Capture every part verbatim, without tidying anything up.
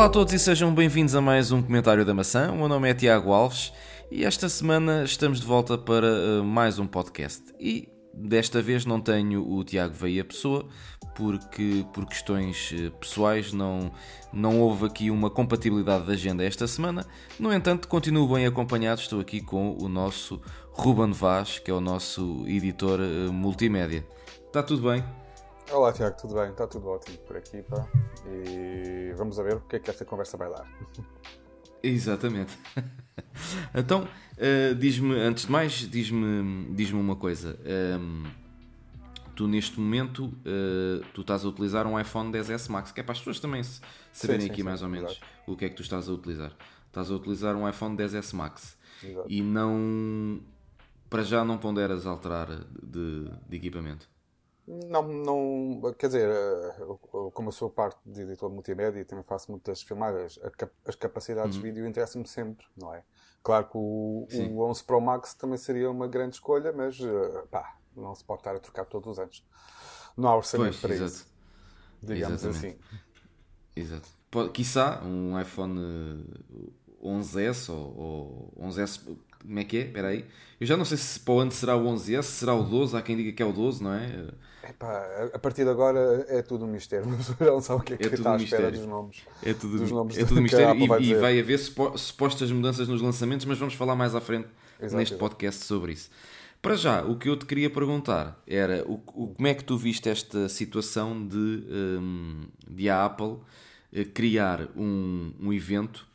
Olá a todos e sejam bem-vindos a mais um Comentário da Maçã. O meu nome é Tiago Alves e esta semana estamos de volta para uh, mais um podcast. E desta vez não tenho o Tiago Veia Pessoa, porque por questões uh, pessoais não, não houve aqui uma compatibilidade de agenda esta semana. No entanto, continuo bem acompanhado, estou aqui com o nosso Ruben Vaz, que é o nosso editor uh, multimédia. Está tudo bem? Olá Tiago, tudo bem? Está tudo ótimo por aqui, pá. E vamos a ver o que é que esta conversa vai dar. Exatamente. Então, uh, diz-me, antes de mais, diz-me, diz-me uma coisa. Um, tu neste momento, uh, tu estás a utilizar um iPhone X S Max, que é para as pessoas também se saberem sim, sim, aqui sim, mais ou menos exato. O que é que tu estás a utilizar. Estás a utilizar um iPhone X S Max. Exato. E não, para já não ponderas alterar de, de equipamento. Não, não, quer dizer, eu, como eu sou parte de editor multimédia e também faço muitas filmagens, a cap- as capacidades Uhum. de vídeo interessam-me sempre, não é? Claro que o, Sim. o onze Pro Max também seria uma grande escolha, mas eh, pá, não se pode estar a trocar todos os anos. Não há orçamento Pois, para exato. isso, digamos Exatamente. assim. Exato. Pode, quiçá um iPhone uh, onze S ou, ou onze S, como é que é? Espera aí. Eu já não sei se para o ano será o onze S, será o doze, há quem diga que é o doze, não é? Epá, a- a partir de agora é tudo um mistério, mas eu não sabe o que é que É tudo está um à espera mistério. dos nomes. É tudo, Dos nomes é tudo um que a Apple mistério vai e, e dizer. vai haver supo- supostas mudanças nos lançamentos, mas vamos falar mais à frente Exato, neste exato. podcast sobre isso. Para já, o que eu te queria perguntar era o, o- como é que tu viste esta situação de, hum, de a Apple eh, criar um, um evento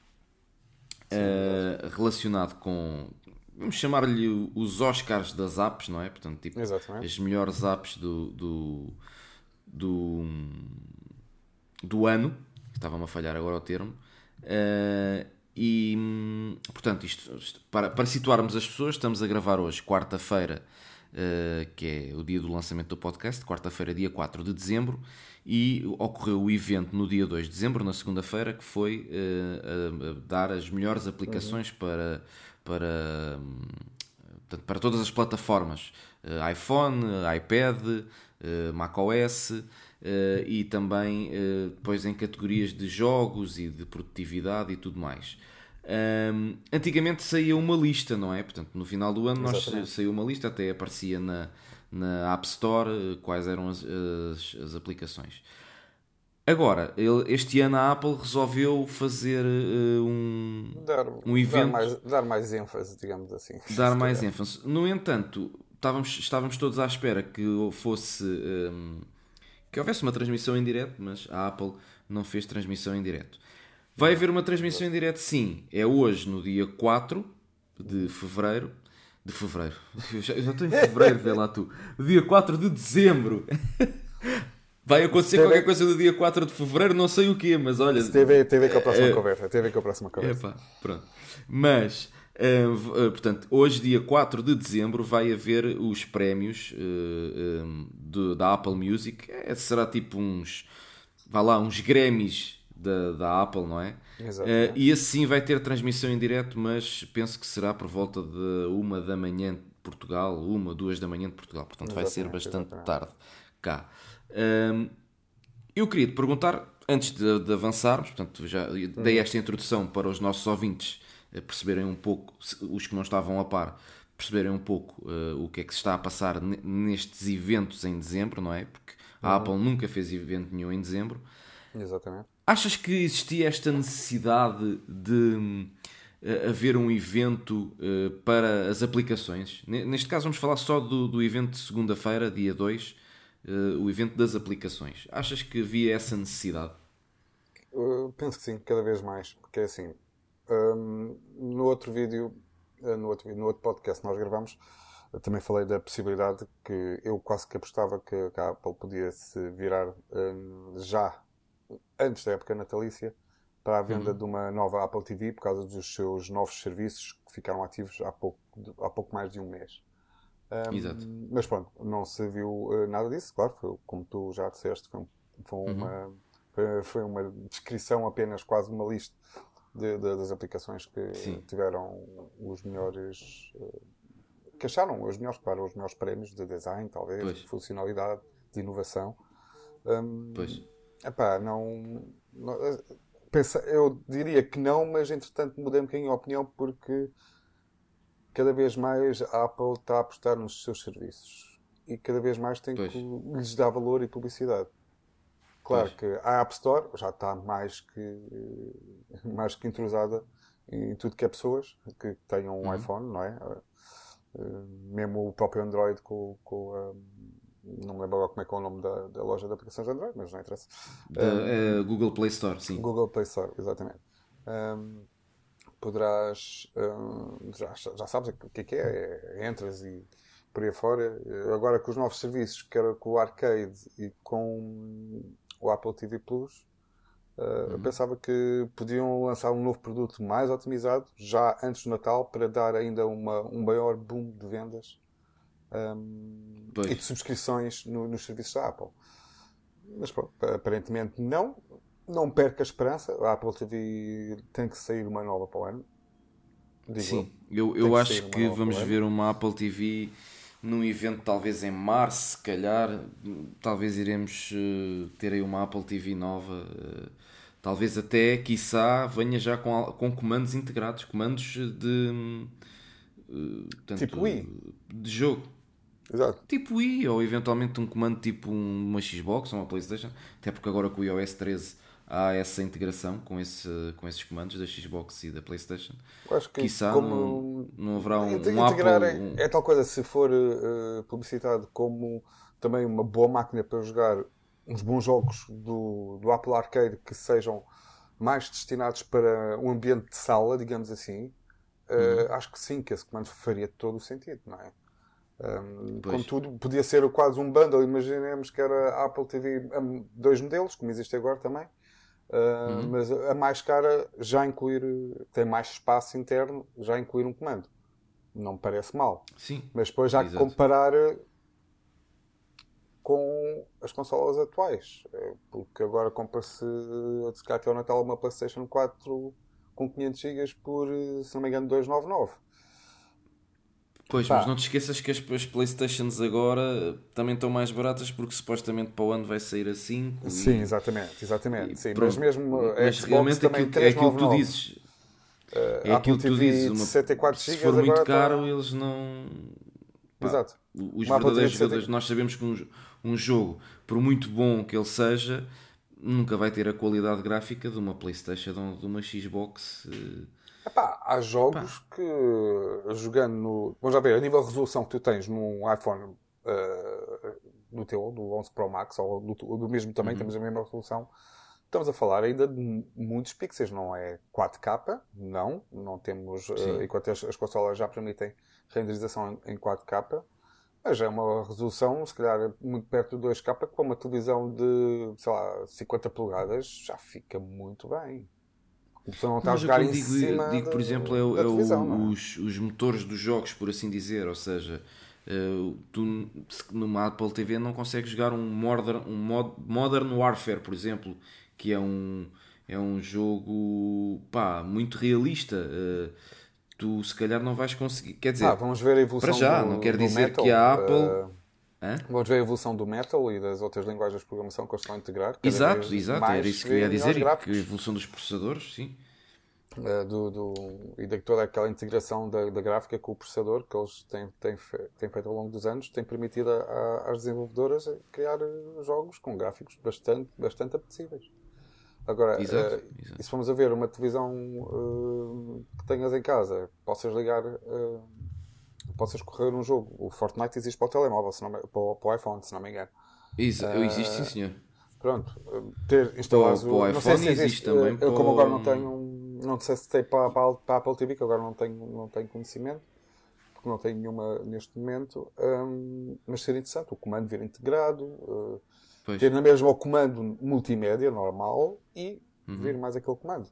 eh, relacionado com, vamos chamar-lhe os Oscars das apps, não é? Portanto, tipo, Exatamente. as melhores apps do, do, do, do ano, que estava-me a falhar agora o termo. Eh, e, hum, portanto, isto, isto- para, para situarmos as pessoas, estamos a gravar hoje, quarta-feira, eh, que é o dia do lançamento do podcast, quarta-feira, dia quatro de dezembro, e ocorreu o evento no dia dois de dezembro, na segunda-feira, que foi eh, a- a dar as melhores aplicações para, para, hum, portanto, para todas as plataformas, eh, iPhone, iPad, eh, macOS, eh, e também eh, depois em categorias de jogos e de produtividade e tudo mais. Ahm, antigamente saía uma lista, não é? Portanto, no final do ano nós Exatamente. saiu uma lista, até aparecia na, na App Store eh, quais eram as, as, as aplicações. Agora, ele- este ano a Apple resolveu fazer eh, um, Dar, um dar, evento, mais, dar mais ênfase, digamos assim, dar se mais calhar. ênfase. No entanto, estávamos, estávamos todos à espera que fosse hum, que houvesse uma transmissão em direto, mas a Apple não fez transmissão em direto. Vai Não. haver uma transmissão em direto, sim. É hoje, no dia quatro de fevereiro. De fevereiro. Eu já, eu já estou em fevereiro, vê lá tu. Dia quatro de dezembro. Vai Isso acontecer teve, qualquer coisa do dia quatro de fevereiro, não sei o quê, mas olha. isso teve, teve com a próxima eh, conversa. Teve com a próxima conversa. Epá, pronto. Mas, uh, v- uh, portanto, hoje, dia quatro de dezembro, vai haver os prémios uh, um, de- da Apple Music. É, será tipo uns, vá lá, uns Grammys da, da Apple, não é? Uh, Exatamente. e assim vai ter transmissão em direto, mas penso que será por volta de uma da manhã de Portugal, uma, duas da manhã de Portugal. Portanto, vai ser Exatamente, bastante exatamente. tarde cá. Um, eu queria te perguntar, antes de, de avançarmos, portanto, já dei esta introdução para os nossos ouvintes eh, perceberem um pouco, se- os que não estavam a par, perceberem um pouco eh, o que é que se está a passar ne- nestes eventos em dezembro, não é? Porque a Apple nunca fez evento nenhum em dezembro. Exatamente. Achas que existia esta necessidade de hum, eh, haver um evento eh, para as aplicações? Ne- Neste caso, vamos falar só do, do evento de segunda-feira, dia dois, eh, o evento das aplicações. Achas que havia essa necessidade? Eu penso que sim, cada vez mais. Porque é assim, hum, no outro vídeo, eh, no outro, vídeo- no outro podcast que nós gravamos, eu também falei da possibilidade que eu quase que apostava que, que a Apple podia se virar hum, já antes da época natalícia para a venda de uma nova Apple T V por causa dos seus novos serviços que ficaram ativos há pouco, há pouco mais de um mês. Exato. Hum, mas pronto, não se viu eh, nada disso, claro, foi, como tu já disseste, foi, um- foi uma, foi, foi uma descrição apenas, quase uma lista de- de- das aplicações que Sim. tiveram os melhores, eh, que acharam os melhores, claro, os melhores prémios de design, talvez, Pois. de funcionalidade, de inovação. Hum, Pois. epá, não, não- pensa, eu diria que não, mas entretanto mudei um bocadinho a opinião porque cada vez mais a Apple está a apostar nos seus serviços e cada vez mais tem Pois, que lhes dar valor e publicidade. Claro pois. que a App Store já está mais que, mais que intrusada em tudo que é pessoas que tenham um Uhum. iPhone, não é? Eh, Mesmo o próprio Android com, com a, não me lembro agora como é que é o nome da, da loja de aplicações de Android, mas não interessa. Da Um, eh, Google Play Store, sim. Google Play Store, exatamente. Um, poderás, um, já, já sabes o que é que é, é, entras e por aí fora. Agora com os novos serviços, quer com o Arcade e com o Apple T V Plus, uh, eu Uhum. pensava que podiam lançar um novo produto mais otimizado já antes do Natal para dar ainda uma, um maior boom de vendas um, e Pois. de subscrições no, nos serviços da Apple. Mas pronto, aparentemente não. Não perca a esperança. A Apple T V tem que sair uma nova para o ano. Digo Sim, eu. eu, Tem eu que sair acho uma que nova para vamos o ano. ver uma Apple T V num evento talvez em março, se calhar. Talvez iremos eh, ter aí uma Apple T V nova. eh, talvez até, quiçá, venha já com, al- com comandos integrados, comandos de, eh, Tipo portanto, Wii. de jogo. Exato. Tipo Wii, ou eventualmente um comando tipo um- uma Xbox ou uma PlayStation, até porque agora com o iOS treze há essa integração com, esse, com esses comandos da Xbox e da PlayStation. Eu acho que Quiçá não, como não haverá inte- um, um Apple. integrar é, Um... é tal coisa se for uh, publicitado como também uma boa máquina para jogar uns bons jogos do, do Apple Arcade que sejam mais destinados para um ambiente de sala, digamos assim, Uhum, uh, acho que sim, que esse comando faria todo o sentido, não é? Um, pois. contudo, podia ser quase um bundle. Imaginemos que era a Apple T V, um, dois modelos, como existe agora também. Uh, Uhum, mas a mais cara já incluir, tem mais espaço interno, já incluir um comando. Não me parece mal. sim, Mas depois já que exato. comparar com as consolas atuais. Eh, Porque agora compra-se, se calhar até ao Natal, uma PlayStation quatro com quinhentos gigas por, eh, se não me engano, duzentos e noventa e nove. Pois, mas Pá, não te esqueças que as, as Playstations agora também estão mais baratas porque supostamente para o ano vai sair a cinco sim, e, exatamente, e exatamente. Sim, mas pronto. mesmo a Mas Xbox realmente também aquilo, que- é aquilo que tu trezentos e noventa e nove. dizes. Uh, É Apple aquilo que tu dizes. T V de Uma, sessenta e quatro se for gigas muito agora caro, está. eles não. Pá, Exato. os Uma Apple T V verdadeiros de jogadores, sessenta. nós sabemos que um, um jogo, por muito bom que ele seja, nunca vai ter a qualidade gráfica de uma PlayStation ou de uma Xbox. eh, Epá, há Pá, jogos que jogando no. Vamos já ver, a nível de resolução que tu tens num iPhone uh, do teu, do onze Pro Max ou do, do mesmo também, uhum, temos a mesma resolução. Estamos a falar ainda de muitos pixels, não é quatro K, não, não temos, uh, sim. enquanto as, as consolas já permitem renderização em, em quatro K, mas é uma resolução, se calhar, muito perto de dois K, com uma televisão de, sei lá, cinquenta polegadas, já fica muito bem. A pessoa não está Não, a mas eu jogar quando em digo, cima digo por exemplo, é, de- o- da é televisão, não o- é? os, os motores dos jogos, por assim dizer. Ou seja, eh, tu se- numa Apple T V não consegues jogar um Modern, um Mod- Modern Warfare, por exemplo, que é um, é um jogo pá, muito realista. Eh, tu se calhar não vais conseguir. Quer Ah, dizer, vamos ver a para evolução já, não do, quer do dizer que Metal. a Apple. uh, Hã? vamos ver a evolução do Metal e das outras linguagens de programação que eles estão a integrar. Cada Exato, vez exato, era mais isso se que eu ia vê dizer, melhores e que a gráficos. evolução dos processadores, sim. uh, do, do- e de toda aquela integração da, da gráfica com o processador que eles têm, têm, fe- têm feito ao longo dos anos tem permitido a- a- às desenvolvedoras criar uh, jogos com gráficos bastante, bastante apetecíveis. Agora, Exato, uh, e exato. se formos a ver uma televisão uh, que tenhas em casa, possas ligar, uh, possas correr um jogo. O Fortnite existe para o telemóvel, se não me- para, o, para o iPhone, se não me engano. Exa- existe, sim, Uh, senhor. pronto, uh, ter Para o, instalados para o o. Não sei iPhone se e existe existe. uh, também para eu, como agora não o... tenho. um- Não sei se tem para, para, a- para a Apple T V, que agora não tenho, não tenho conhecimento, porque não tenho nenhuma neste momento. um, mas seria interessante o comando vir integrado. uh, Pois. ter na mesma o comando multimédia normal e Uhum. vir mais aquele comando.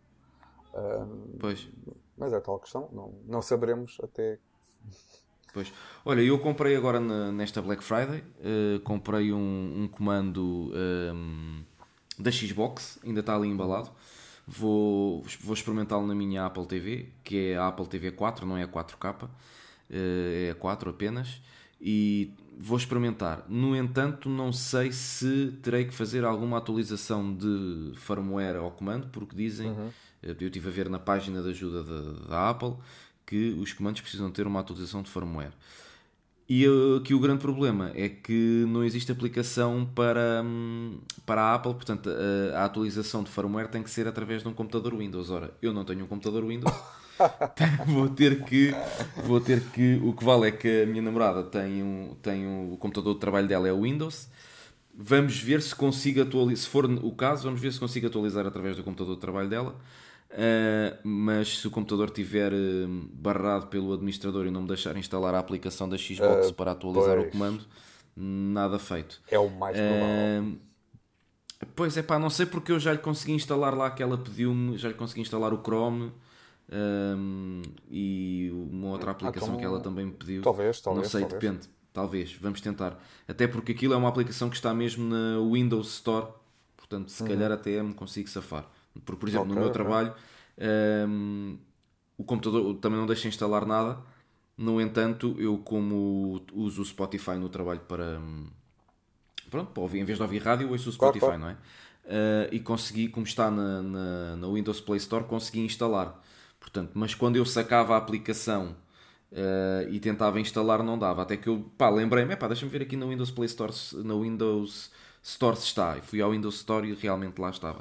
Pois. Mas é tal questão, não, não saberemos até. Pois. Olha, eu comprei agora na- nesta Black Friday, eh, comprei um, um comando ehm, da Xbox, ainda está ali embalado. Vou, vou experimentá-lo na minha Apple T V, que é a Apple T V quatro, não é a quatro K, eh, é a quatro apenas. e vou experimentar. No entanto, não sei se terei que fazer alguma atualização de firmware ao comando, porque dizem, uhum. eu estive a ver na página de ajuda da, da Apple, que os comandos precisam ter uma atualização de firmware. E aqui o grande problema é que não existe aplicação para, para a Apple, portanto a, a atualização de firmware tem que ser através de um computador Windows. Ora, eu não tenho um computador Windows, vou ter que, vou ter que, o que vale é que a minha namorada tem um, tem um, o computador de trabalho dela é o Windows. Vamos ver se consigo atualizar, se for o caso, vamos ver se consigo atualizar através do computador de trabalho dela. Uh, mas se o computador estiver uh, barrado pelo administrador e não me deixar instalar a aplicação da Xbox uh, para atualizar pois. o comando, nada feito. É o mais provável. Uh, pois é pá, não sei porque eu já lhe consegui instalar lá que ela pediu-me, já lhe consegui instalar o Chrome um, e uma outra aplicação ah, então, que ela também me pediu. Talvez, talvez. Não sei, talvez. depende. Talvez, vamos tentar. Até porque aquilo é uma aplicação que está mesmo na Windows Store, portanto se uhum. calhar até me consigo safar. Porque, por exemplo, okay, no meu okay. trabalho um, o computador também não deixa instalar nada. No entanto, eu como uso o Spotify no trabalho para pronto, para ouvir, em vez de ouvir rádio, eu ouço o Spotify, claro, claro. não é? Uh, e consegui, como está na, na, na Windows Play Store, consegui instalar. Portanto, mas quando eu sacava a aplicação uh, e tentava instalar, não dava. Até que eu pá, lembrei-me, pá, deixa-me ver aqui na Windows Play Store, na Windows Store se está. E fui ao Windows Store e realmente lá estava.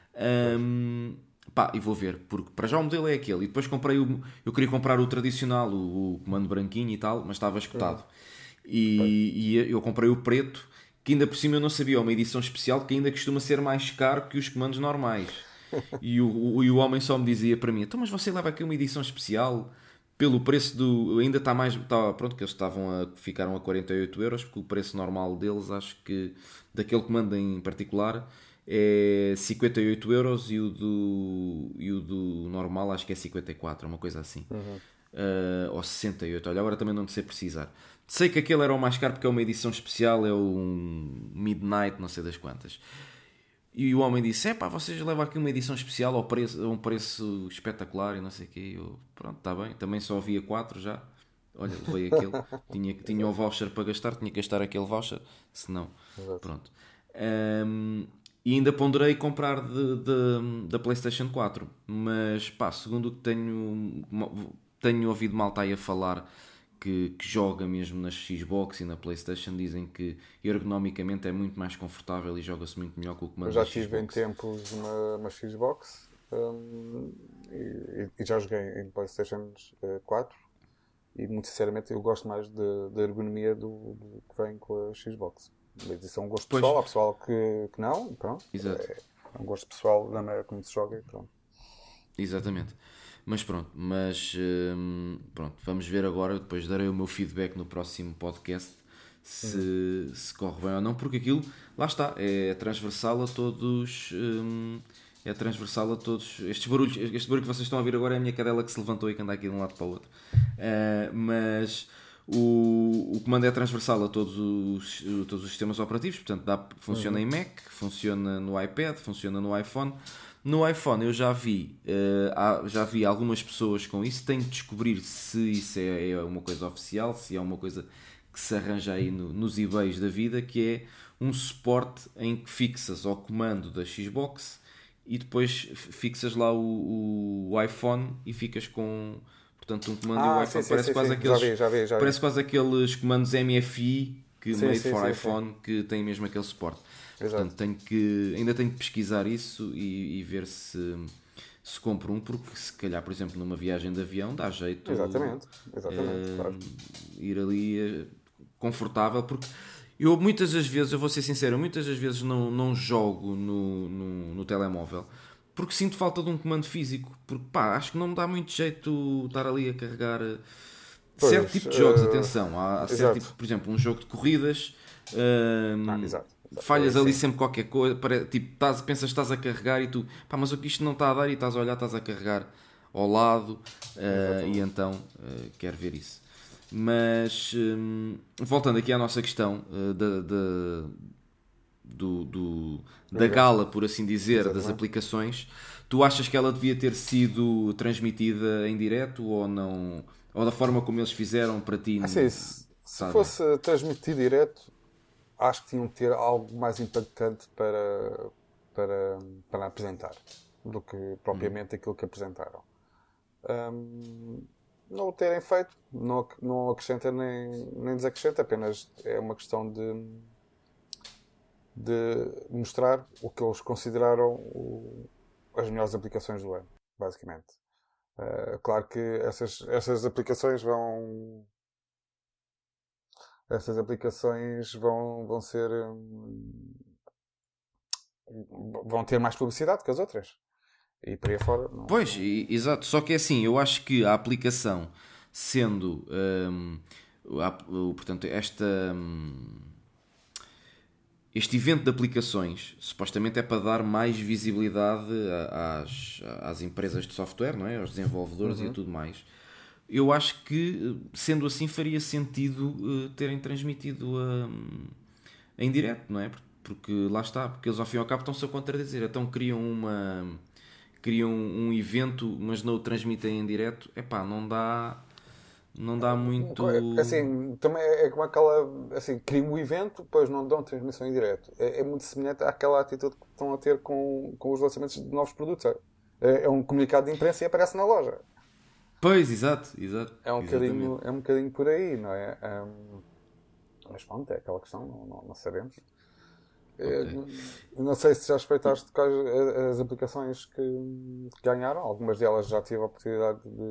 Um, pá, e vou ver, porque para já o modelo é aquele. E depois comprei o, eu queria comprar o tradicional, o, o comando branquinho e tal, mas estava escutado. E, e eu comprei o preto, que ainda por cima eu não sabia, uma edição especial que ainda costuma ser mais caro que os comandos normais. E o, o, e o homem só me dizia para mim: então, mas você leva aqui uma edição especial pelo preço do. Ainda está mais. Está, pronto, que eles estavam a, ficaram a quarenta e oito euros, porque o preço normal deles, acho que daquele comando em particular, é cinquenta e oito euros e o do, e o do normal acho que é cinquenta e quatro, uma coisa assim. Uhum. Uh, ou sessenta e oito, olha, agora também não sei precisar. Sei que aquele era o mais caro porque é uma edição especial, é um Midnight, não sei das quantas. E o homem disse: é pá, vocês levam aqui uma edição especial ao preço, a um preço espetacular e não sei o quê. Eu, pronto, está bem, também só havia quatro já. Olha, levei aquele, tinha, tinha o voucher para gastar, tinha que gastar aquele voucher, senão, pronto. Um, E ainda ponderei comprar de, de, da PlayStation quatro. Mas, pá, segundo o que tenho, tenho ouvido malta aí a falar que, que joga mesmo na Xbox e na PlayStation, dizem que ergonomicamente é muito mais confortável e joga-se muito melhor com o comando da Xbox. Eu já tive em tempos uma, uma Xbox um, e, e já joguei em PlayStation quatro e, muito sinceramente, eu gosto mais da ergonomia do, do que vem com a Xbox. Mas isso é um gosto pessoal, pois. Há pessoal que, que não, pronto. Exato. É um gosto pessoal da maneira como se joga e pronto. Exatamente. Mas pronto, mas hum, pronto, vamos ver agora, depois darei o meu feedback no próximo podcast se, uhum. se corre bem ou não, porque aquilo, lá está, é transversal a todos, hum, é transversal a todos, estes barulhos, este barulho que vocês estão a ouvir agora é a minha cadela que se levantou e que anda aqui de um lado para o outro. Uh, mas... O, o comando é transversal a todos os, todos os sistemas operativos, portanto dá, funciona uhum. em Mac, funciona no iPad, funciona no iPhone. No iPhone eu já vi, uh, já vi algumas pessoas com isso, tenho de descobrir se isso é, é uma coisa oficial, se é uma coisa que se arranja aí no, nos eBays da vida, que é um suporte em que fixas ao comando da Xbox e depois fixas lá o, o iPhone e ficas com... Portanto, um comando ah, e o iPhone sim, parece sim, quase sim. aqueles, já vi, já vi, já vi. parece quase aqueles comandos M F I que sim, made sim, for sim, iPhone sim. que têm mesmo aquele suporte. Exato. Portanto, tenho que, ainda tenho que pesquisar isso e, e ver se, se compro um, porque se calhar, por exemplo, numa viagem de avião dá jeito Exatamente. Exatamente, uh, claro. ir ali uh, confortável, porque eu muitas das vezes, eu vou ser sincero, muitas das vezes não, não jogo no, no, no telemóvel porque sinto falta de um comando físico, porque pá, acho que não me dá muito jeito estar ali a carregar pois, certo tipo de jogos, uh, atenção, há, há certo tipo, por exemplo, um jogo de corridas, uh, ah, exato, exato. falhas é, ali sim. sempre qualquer coisa, para, tipo, estás, pensas que estás a carregar e tu, pá, mas o que isto não está a dar e estás a olhar, estás a carregar ao lado, uh, e então uh, quero ver isso. Mas, um, voltando aqui à nossa questão uh, da... da Do, do, da gala, por assim dizer, exatamente, das aplicações, tu achas que ela devia ter sido transmitida em direto ou não? Ou da forma como eles fizeram para ti? Ah, sim, se, Se fosse transmitido direto, acho que tinham que ter algo mais impactante para, para, para apresentar do que propriamente hum. aquilo que apresentaram. Um, não o terem feito, não, não acrescenta nem, nem desacrescenta, apenas é uma questão de, de mostrar o que eles consideraram o, as melhores aplicações do ano, basicamente. Uh, claro que essas, essas aplicações vão essas aplicações vão, vão ser um, vão ter mais publicidade que as outras. E por aí fora. Não, pois, não... E, exato. Só que é assim, eu acho que a aplicação, sendo um, a, o, portanto, esta, um, este evento de aplicações, supostamente é para dar mais visibilidade às, às empresas de software, não é? Aos desenvolvedores uhum. e tudo mais. Eu acho que, sendo assim, faria sentido uh, terem transmitido uh, em direto, não é? Porque lá está, porque eles ao fim e ao cabo estão-se a contradizer. Então criam uma... criam um evento, mas não o transmitem em direto, epá, não dá não dá muito... Assim, também é como aquela, assim, criam um evento, depois não dão transmissão em direto. É, é muito semelhante àquela atitude que estão a ter com, com os lançamentos de novos produtos. É, é um comunicado de imprensa e aparece na loja. Pois, exato, exato. É um, bocadinho, é um bocadinho por aí, não é? Um, mas pronto, é aquela questão, não, não, não sabemos. Okay. Não sei se já respeitaste as aplicações que ganharam. Algumas delas já tive a oportunidade de...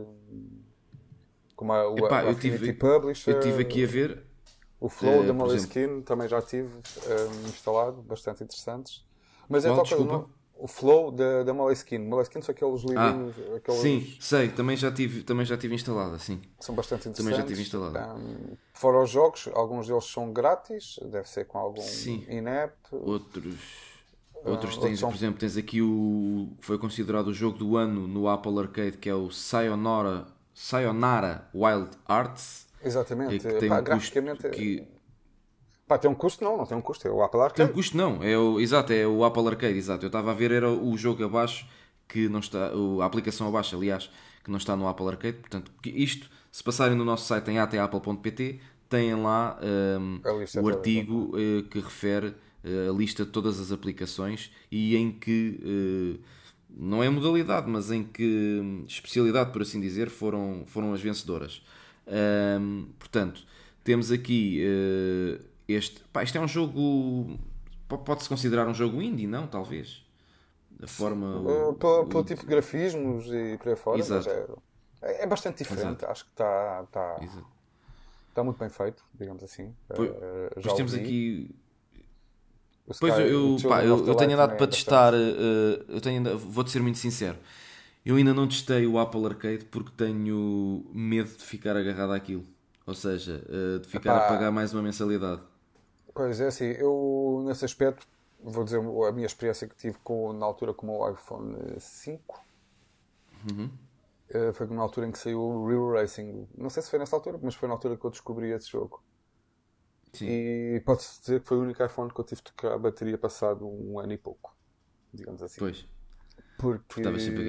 Como a, Epá, a eu Affinity tive, Publisher. Eu tive aqui a ver. O Flow uh, da Moleskine também já tive um, instalado. Bastante interessantes. Mas é Qual, tal coisa, não? O Flow da, da Moleskine. Moleskine são aqueles livrinhos... Ah, aqueles... Sim, sei. Também já tive, também já tive instalado, sim. São bastante interessantes. Também já tive instalado. Um, fora os jogos, alguns deles são grátis. Deve ser com algum in-app. Outros... Outros tens, são... por exemplo, tens aqui o que foi considerado o jogo do ano no Apple Arcade, que é o Sayonara, Sayonara Wild Arts. Exatamente. Que tem Pá, um graficamente... custo que... Pá, tem um custo? Não, não tem um custo. É o Apple Arcade. Tem um custo? Não. É o... Exato, é o Apple Arcade, exato. Eu estava a ver, era o jogo abaixo, que não está... A aplicação abaixo, aliás, que não está no Apple Arcade. Portanto, isto, se passarem no nosso site em a t apple ponto p t, têm lá um, o artigo uh, que refere a lista de todas as aplicações e em que, não é modalidade, mas em que especialidade, por assim dizer, foram, foram as vencedoras. Um, portanto, temos aqui este... Pá, isto é um jogo... Pode-se considerar um jogo indie, não? Talvez. Da forma... Uh, pelo, pelo tipo de grafismos e por aí fora. Exato. Mas é, é bastante diferente. Exato. Acho que está... está... Está muito bem feito, digamos assim. Pois, uh, já temos ouvi. aqui... Sky, pois eu, eu, pá, eu, eu tenho andado para testar, uh, eu tenho, vou-te ser muito sincero, eu ainda não testei o Apple Arcade porque tenho medo de ficar agarrado àquilo, ou seja, uh, de ficar Epá, a pagar mais uma mensalidade. Pois é, assim, eu nesse aspecto, vou dizer a minha experiência que tive com, na altura com o iPhone cinco, uhum. uh, foi na altura em que saiu o Real Racing, não sei se foi nessa altura, mas foi na altura que eu descobri esse jogo. Sim. E pode-se dizer que foi o único iPhone que eu tive de tocar a bateria passado um ano e pouco, digamos assim. Pois. Porque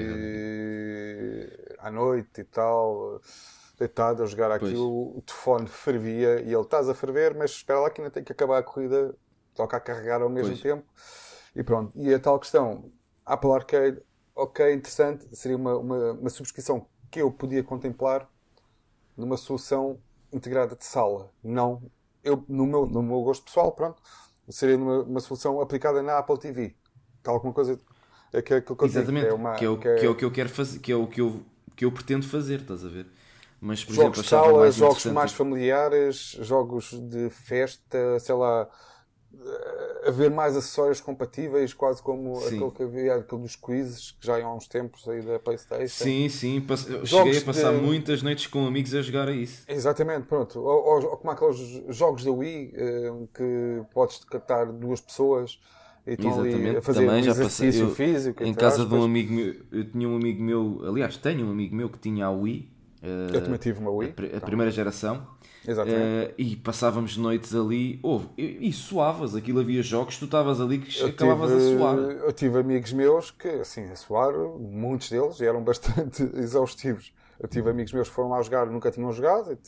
à noite e tal, deitado a jogar aquilo, o telefone fervia e ele estás a ferver, mas espera lá que ainda tem que acabar a corrida, toca a carregar ao mesmo pois. tempo. E pronto. E a tal questão, Apple Arcade, ok, interessante, seria uma, uma, uma subscrição que eu podia contemplar numa solução integrada de sala, não... Eu, no, meu, no meu gosto pessoal, pronto, seria uma, uma solução aplicada na Apple T V. Tal alguma coisa é que, que, que Exatamente, digo, que, é uma, que, é o, que, é... que é o que eu quero fazer, que é o que eu, que eu pretendo fazer, estás a ver? Mas, por jogos exemplo, de sala, mais jogos mais familiares, jogos de festa, sei lá, haver mais acessórios compatíveis, quase como sim. aquele que havia, aquele dos quizzes, que já há uns tempos aí da PlayStation. Sim, sim, eu cheguei a passar de... muitas noites com amigos a jogar a isso. Exatamente, pronto. Ou, ou, ou como aqueles jogos da Wii, que podes captar duas pessoas e estão ali a fazer também um já exercício passei, eu, físico. Em casa de um amigo meu, eu tinha um amigo meu, aliás, tenho um amigo meu que tinha a Wii. Eu também tive uma Wii. A, a primeira geração. Exatamente. Uh, e passávamos noites ali, ouve, e, e suavas, aquilo havia jogos, tu estavas ali que eu acabavas tive, a suar. Eu tive amigos meus que, assim, a suar, muitos deles, e eram bastante exaustivos. Eu tive amigos meus que foram lá jogar, nunca tinham jogado,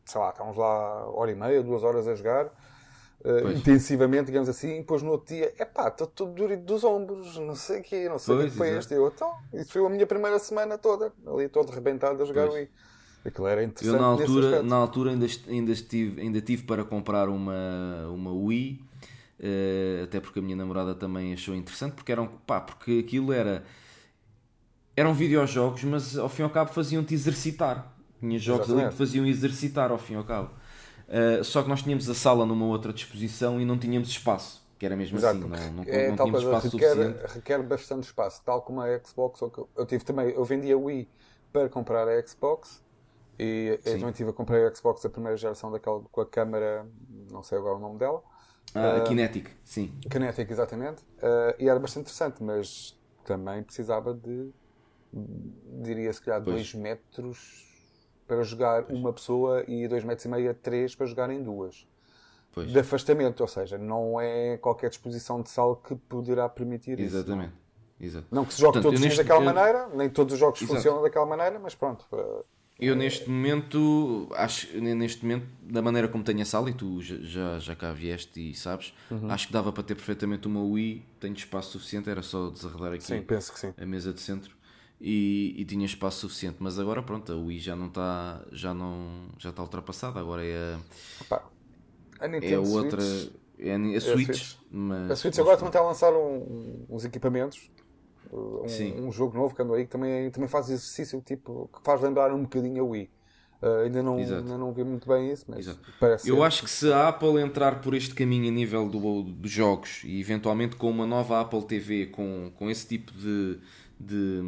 sei lá, estávamos lá hora e meia, duas horas a jogar, uh, intensivamente, digamos assim, e depois no outro dia, epá, estou todo durido dos ombros, não sei o quê, não sei o que foi este. Eu, então, isso foi a minha primeira semana toda, ali todo arrebentado a jogar o Wii. Aquilo era interessante. Eu na altura, nesse na altura ainda, ainda, estive, ainda tive para comprar uma, uma Wii, uh, até porque a minha namorada também achou interessante, porque, eram, pá, porque aquilo era... Eram videojogos, mas ao fim e ao cabo faziam-te exercitar. Tinha jogos Exatamente. ali que faziam exercitar ao fim e ao cabo. Uh, só que nós tínhamos a sala numa outra disposição e não tínhamos espaço. Que era mesmo Exato, assim, não, não, é, não tínhamos espaço requer, suficiente. Requer bastante espaço, tal como a Xbox. Eu tive também, eu vendi a Wii para comprar a Xbox e eu também tive a comprar a Xbox a primeira geração daquela com a câmara, não sei agora o nome dela. Ah, a Kinetic, sim. Kinetic, exatamente. Uh, e era bastante interessante, mas também precisava de, diria se calhar, dois metros para jogar pois. uma pessoa e dois metros e meio a três para jogar em duas. Pois. De afastamento, ou seja, não é qualquer disposição de sala que poderá permitir Exatamente. isso. Exatamente. Exato. Não que se jogue Portanto, todos os dias daquela eu... maneira, nem todos os jogos Exato. funcionam daquela maneira, mas pronto. Eu neste momento, acho, neste momento, da maneira como tenho a sala, e tu já, já cá vieste e sabes, uhum. acho que dava para ter perfeitamente uma Wii, tenho espaço suficiente, era só desarredar aqui sim, penso que sim. a mesa de centro e, e tinha espaço suficiente, mas agora pronto, a Wii já não está, já não, já está ultrapassada, agora é a, Opa, a é a outra, é a, a, a Switch. Switch. Mas, a Switch agora também está a lançar um, uns equipamentos. Um, um jogo novo que andou aí que também, também faz exercício tipo, que faz lembrar um bocadinho a Wii. Uh, ainda, não, ainda não vi muito bem isso, mas Exato. parece eu ser... acho que se a Apple entrar por este caminho a nível do, dos jogos e eventualmente com uma nova Apple T V com, com esse tipo de, de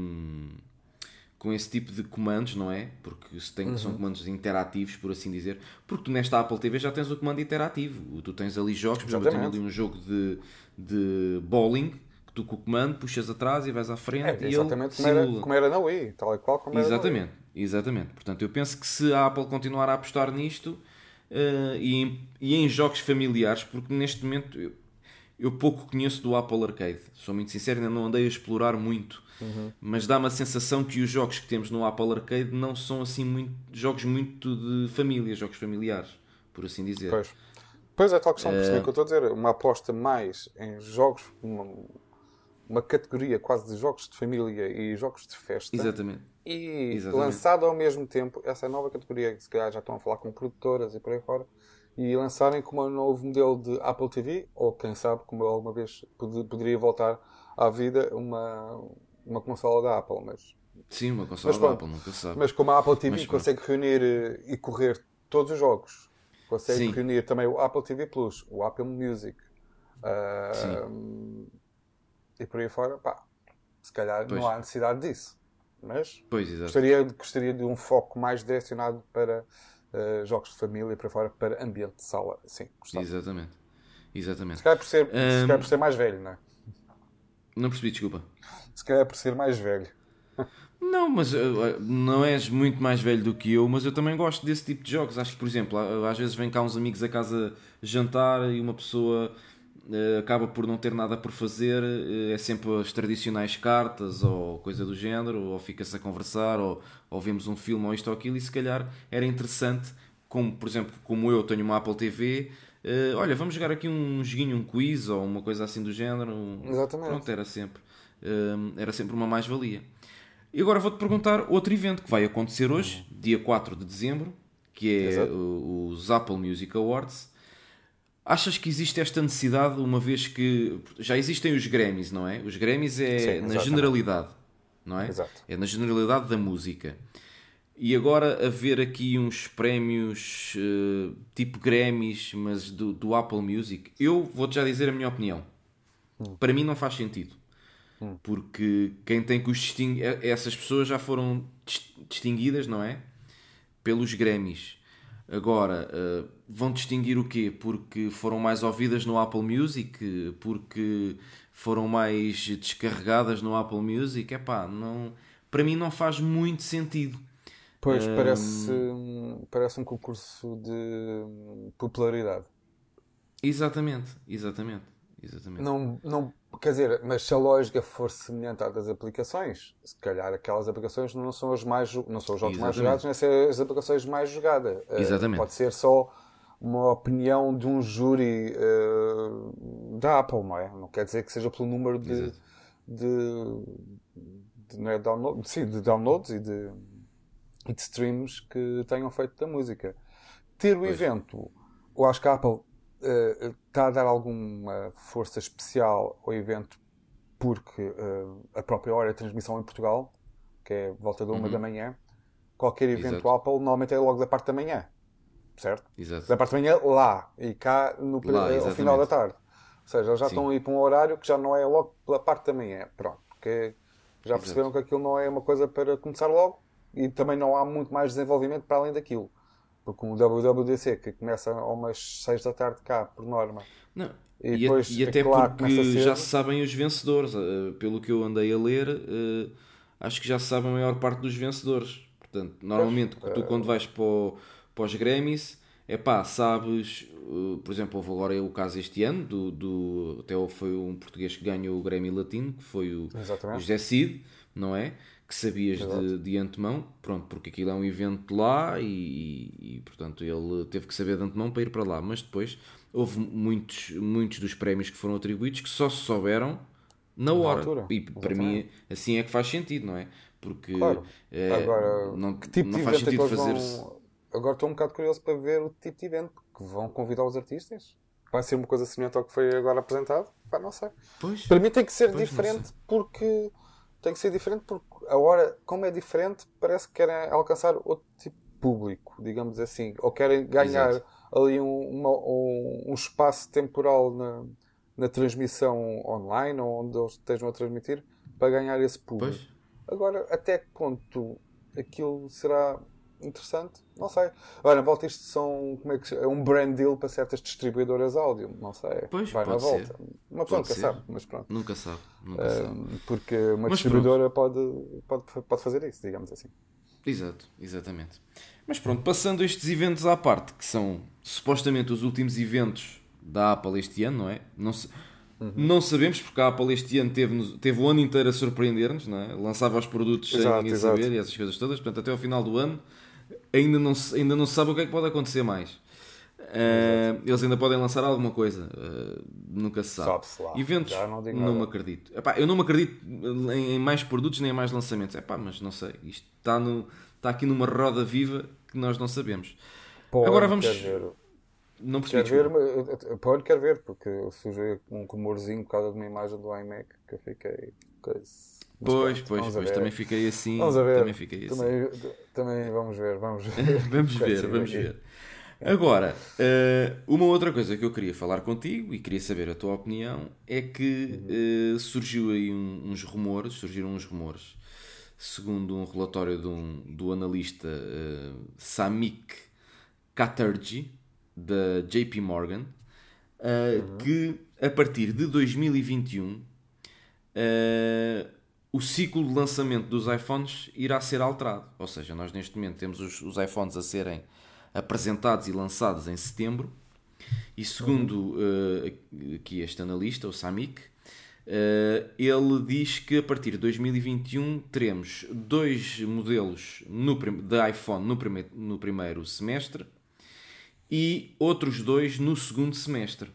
com esse tipo de comandos, não é? Porque se tem, uhum. são comandos interativos, por assim dizer, porque tu nesta Apple T V já tens o comando interativo, tu tens ali jogos, por exemplo, eu tenho ali um jogo de, de bowling. Tu com o comando puxas atrás e vais à frente é, e exatamente ele como, era, como era na Wii, tal e qual como exatamente, era na Wii. Exatamente. Portanto, eu penso que se a Apple continuar a apostar nisto uh, e, em, e em jogos familiares, porque neste momento eu, eu pouco conheço do Apple Arcade, sou muito sincero, ainda não andei a explorar muito, uhum. mas dá-me a sensação que os jogos que temos no Apple Arcade não são assim muito, jogos muito de família, jogos familiares, por assim dizer. Pois, pois é, tal questão, uh, que eu estou a dizer, uma aposta mais em jogos... Uma... uma categoria quase de jogos de família e jogos de festa. Exatamente. E Exatamente. lançado ao mesmo tempo, essa nova categoria, que se calhar já estão a falar com produtoras e por aí fora, e lançarem como um novo modelo de Apple T V, ou quem sabe, como alguma vez pod- poderia voltar à vida, uma, uma consola da Apple. Mas, Sim, uma consola mas, da bom, Apple, nunca se sabe. Mas como a Apple T V mas, consegue mas... reunir e correr todos os jogos, consegue Sim. reunir também o Apple T V Plus, o Apple Music, uh, e por aí fora, pá, se calhar pois. não há necessidade disso. Mas pois, gostaria, gostaria de um foco mais direcionado para uh, jogos de família, para fora, para ambiente de sala. Sim, gostava. Exatamente. Exatamente. Se calhar por ser, um... se calhar por ser mais velho, não é? Não percebi, desculpa. Se calhar por ser mais velho. Não, mas uh, não és muito mais velho do que eu, mas eu também gosto desse tipo de jogos. Acho que, por exemplo, às vezes vem cá uns amigos a casa jantar e uma pessoa... Uh, acaba por não ter nada por fazer, uh, é sempre as tradicionais cartas ou coisa do género, ou fica-se a conversar, ou, ou vemos um filme ou isto ou aquilo, e se calhar era interessante, como por exemplo, como eu tenho uma Apple T V, uh, olha, vamos jogar aqui um joguinho, um quiz ou uma coisa assim do género. Exatamente. Pronto, era sempre, uh, era sempre uma mais-valia. E agora vou-te perguntar outro evento que vai acontecer hoje, dia quatro de dezembro, que é uh, os Apple Music Awards. Achas que existe esta necessidade, uma vez que já existem os Grammys, não é? Os Grammys é Sim, na generalidade, não é? Exato. É na generalidade da música. E agora haver aqui uns prémios uh, tipo Grammys, mas do, do Apple Music, eu vou-te já dizer a minha opinião. Hum. Para mim não faz sentido. Hum. Porque quem tem que os distinguir... Essas pessoas já foram distinguidas, não é? Pelos Grammys. Agora, uh, vão distinguir o quê? Porque foram mais ouvidas no Apple Music? Porque foram mais descarregadas no Apple Music? Epá, não, para mim não faz muito sentido. Pois, um... parece, parece um concurso de popularidade. Exatamente, exatamente. exatamente. Não, não, Quer dizer, mas se a lógica for semelhante à das aplicações, se calhar aquelas aplicações não são as mais, não são os jogos mais jogados, nem são as aplicações mais jogadas. Uh, pode ser só uma opinião de um júri uh, da Apple, não é? Não quer dizer que seja pelo número de, de, de, não é, download, sim, de downloads e de, e de streams que tenham feito da música. Ter o pois. evento, eu acho que a Apple Uh, está a dar alguma força especial ao evento porque uh, a própria hora de transmissão em Portugal, que é volta da uma uhum. da manhã, qualquer evento Exato. Apple normalmente é logo da parte da manhã, certo? Exato. Da parte da manhã lá e cá no, lá, ao final da tarde. Ou seja, eles já Sim. estão a ir para um horário que já não é logo pela parte da manhã. Pronto, porque já Exato. perceberam que aquilo não é uma coisa para começar logo e também não há muito mais desenvolvimento para além daquilo. Porque o W W D C, que começa a umas seis da tarde cá, por norma. Não. E, e, depois, e até claro, porque já se sabem os vencedores. Uh, pelo que eu andei a ler, uh, acho que já se sabe a maior parte dos vencedores. Portanto, normalmente, pois, tu uh... quando vais para, o, para os Grammys, é pá, sabes... Uh, por exemplo, houve agora o caso este ano, do, do, até foi um português que ganhou o Grammy Latino, que foi o, o José Cid, não é? Que sabias de, de antemão, pronto, porque aquilo é um evento lá e, e, e, portanto, ele teve que saber de antemão para ir para lá. Mas depois houve muitos, muitos dos prémios que foram atribuídos que só se souberam na hora. Altura. E para Exatamente. mim, assim é que faz sentido, não é? Porque claro. é, Agora, não, que tipo não de faz evento sentido é que fazer-se. Vão... Agora estou um bocado curioso para ver o tipo de evento que vão convidar os artistas. Vai ser uma coisa semelhante ao que foi agora apresentado? Pá, não sei. Pois, para mim tem que ser pois, diferente porque... Tem que ser diferente porque a hora, como é diferente, parece que querem alcançar outro tipo de público, digamos assim. Ou querem ganhar Exato. ali um, uma, um, um espaço temporal na, na transmissão online, onde eles estejam a transmitir, para ganhar esse público. Pois. Agora, até que ponto aquilo será interessante? Não sei. Agora, volta isto são como é que é um brand deal para certas distribuidoras áudio. Não sei. Pois, vai na volta. Ser. Uma pessoa nunca sabe, mas pronto. Nunca sabe. Nunca uh, sabe. Porque uma mas distribuidora pode, pode, pode fazer isso, digamos assim. Exato, exatamente. Mas pronto, passando estes eventos à parte, que são supostamente os últimos eventos da Apple este ano, não é? Não se... Uhum. Não sabemos, porque a Apple este ano teve, teve o ano inteiro a surpreender-nos, não é? Lançava os produtos exato, sem ninguém exato. saber e essas coisas todas. Portanto, até ao final do ano ainda não se, ainda não se sabe o que é que pode acontecer mais. Uh, eles ainda podem lançar alguma coisa, uh, nunca se sabe. Sabe-se lá. Eventos, não, não me acredito. Epá, eu não me acredito em, em mais produtos nem em mais lançamentos. Epá, mas não sei, isto está, no, está aqui numa roda viva que nós não sabemos. Pô, agora vamos. Quer ver. Não percebi. Quer ver, pode quer ver, porque surgiu um rumorzinho por causa de uma imagem do iMac que eu fiquei. Mas pois, pronto, pois, pois, também fiquei assim. Vamos a ver. Também fiquei assim. Também, também vamos ver, vamos ver. vamos ver, vamos ver. Agora, uma outra coisa que eu queria falar contigo e queria saber a tua opinião é que uhum. surgiu aí uns rumores, surgiram uns rumores, segundo um relatório de um, do analista uh, Samik Chatterjee, da J P Morgan, uh, uhum. que a partir de dois mil e vinte e um uh, o ciclo de lançamento dos iPhones irá ser alterado. Ou seja, nós neste momento temos os, os iPhones a serem apresentados e lançados em setembro, e segundo uh, aqui este analista, o Samik, uh, ele diz que a partir de dois mil e vinte e um teremos dois modelos no, de iPhone no, prime, no primeiro semestre e outros dois no segundo semestre.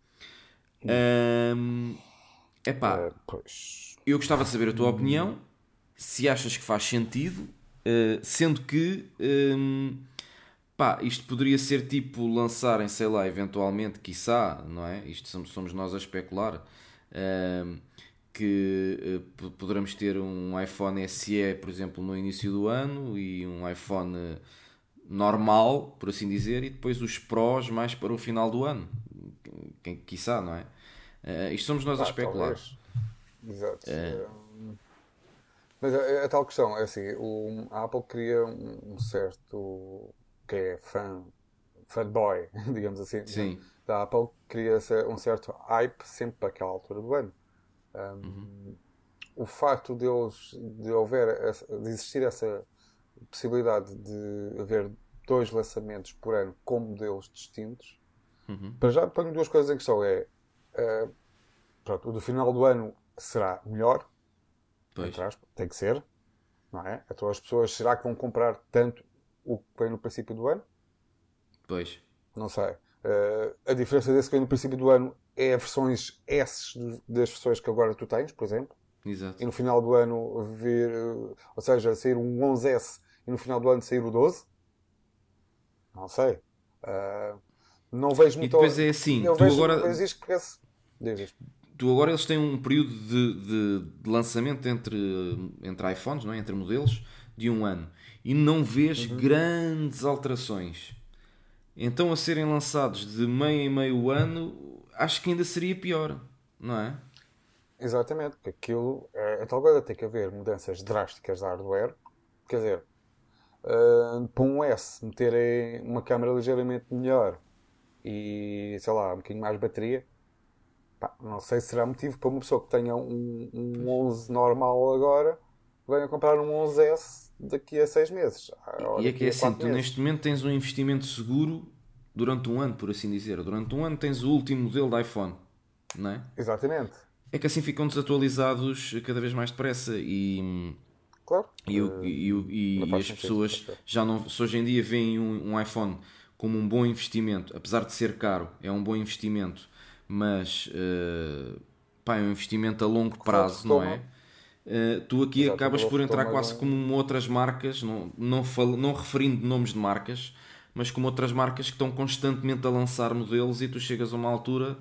Um, epá, é, pois. Eu gostava de saber a tua opinião, se achas que faz sentido, uh, sendo que um, pá, isto poderia ser tipo lançarem, sei lá, eventualmente, quiçá, não é? Isto somos, somos nós a especular, um, que uh, poderemos ter um iPhone S E, por exemplo, no início do ano e um iPhone normal, por assim dizer, e depois os Pros mais para o final do ano. Quem quiçá, não é? Uh, isto somos nós ah, a especular. Talvez. Exato. É. Mas a, a tal questão é assim, o, a Apple cria um, um certo que é fã, fanboy, digamos assim, Sim. da Apple, cria um certo hype sempre para aquela altura do ano. Um, uhum. O facto de, eles, de, houver essa, de existir essa possibilidade de haver dois lançamentos por ano com modelos distintos, uhum. para já ponho duas coisas em questão. É, uh, pronto, o do final do ano será melhor. Pois. Tem que ser. Não é? Então as pessoas, será que vão comprar tanto o que vem no princípio do ano? Pois. Não sei. Uh, a diferença desse que vem no princípio do ano é as versões S das versões que agora tu tens, por exemplo. Exato. E no final do ano vir, uh, ou seja, sair um onze S e no final do ano sair o doze. Não sei. Uh, não vejo muito... E depois é assim, eu tu vejo, agora... vejo isto que parece... Diz isto. Tu agora eles têm um período de, de, de lançamento entre, entre iPhones, não é? Entre modelos, de um ano. E não vês uhum. grandes alterações. Então a serem lançados de meio em meio ano, acho que ainda seria pior, não é? Exatamente, porque aquilo é, é tal coisa, tem que haver mudanças drásticas de hardware. Quer dizer, uh, para um S meterem uma câmera ligeiramente melhor e, sei lá, um bocadinho mais bateria, pá, não sei se será motivo para uma pessoa que tenha um, um onze normal agora venha comprar um onze S daqui a seis meses. E é que é assim, tu meses. Neste momento tens um investimento seguro durante um ano, por assim dizer. Durante um ano tens o último modelo de iPhone, não é? Exatamente. É que assim ficam desatualizados cada vez mais depressa e... Claro. E, e, e, e as pessoas já não... Se hoje em dia veem um, um iPhone como um bom investimento, apesar de ser caro, é um bom investimento, mas uh, pá, é um investimento a longo prazo, não é? Uh, tu aqui Exato, acabas por entrar quase um... como outras marcas, não, não, falo, não referindo nomes de marcas, mas como outras marcas que estão constantemente a lançar modelos e tu chegas a uma altura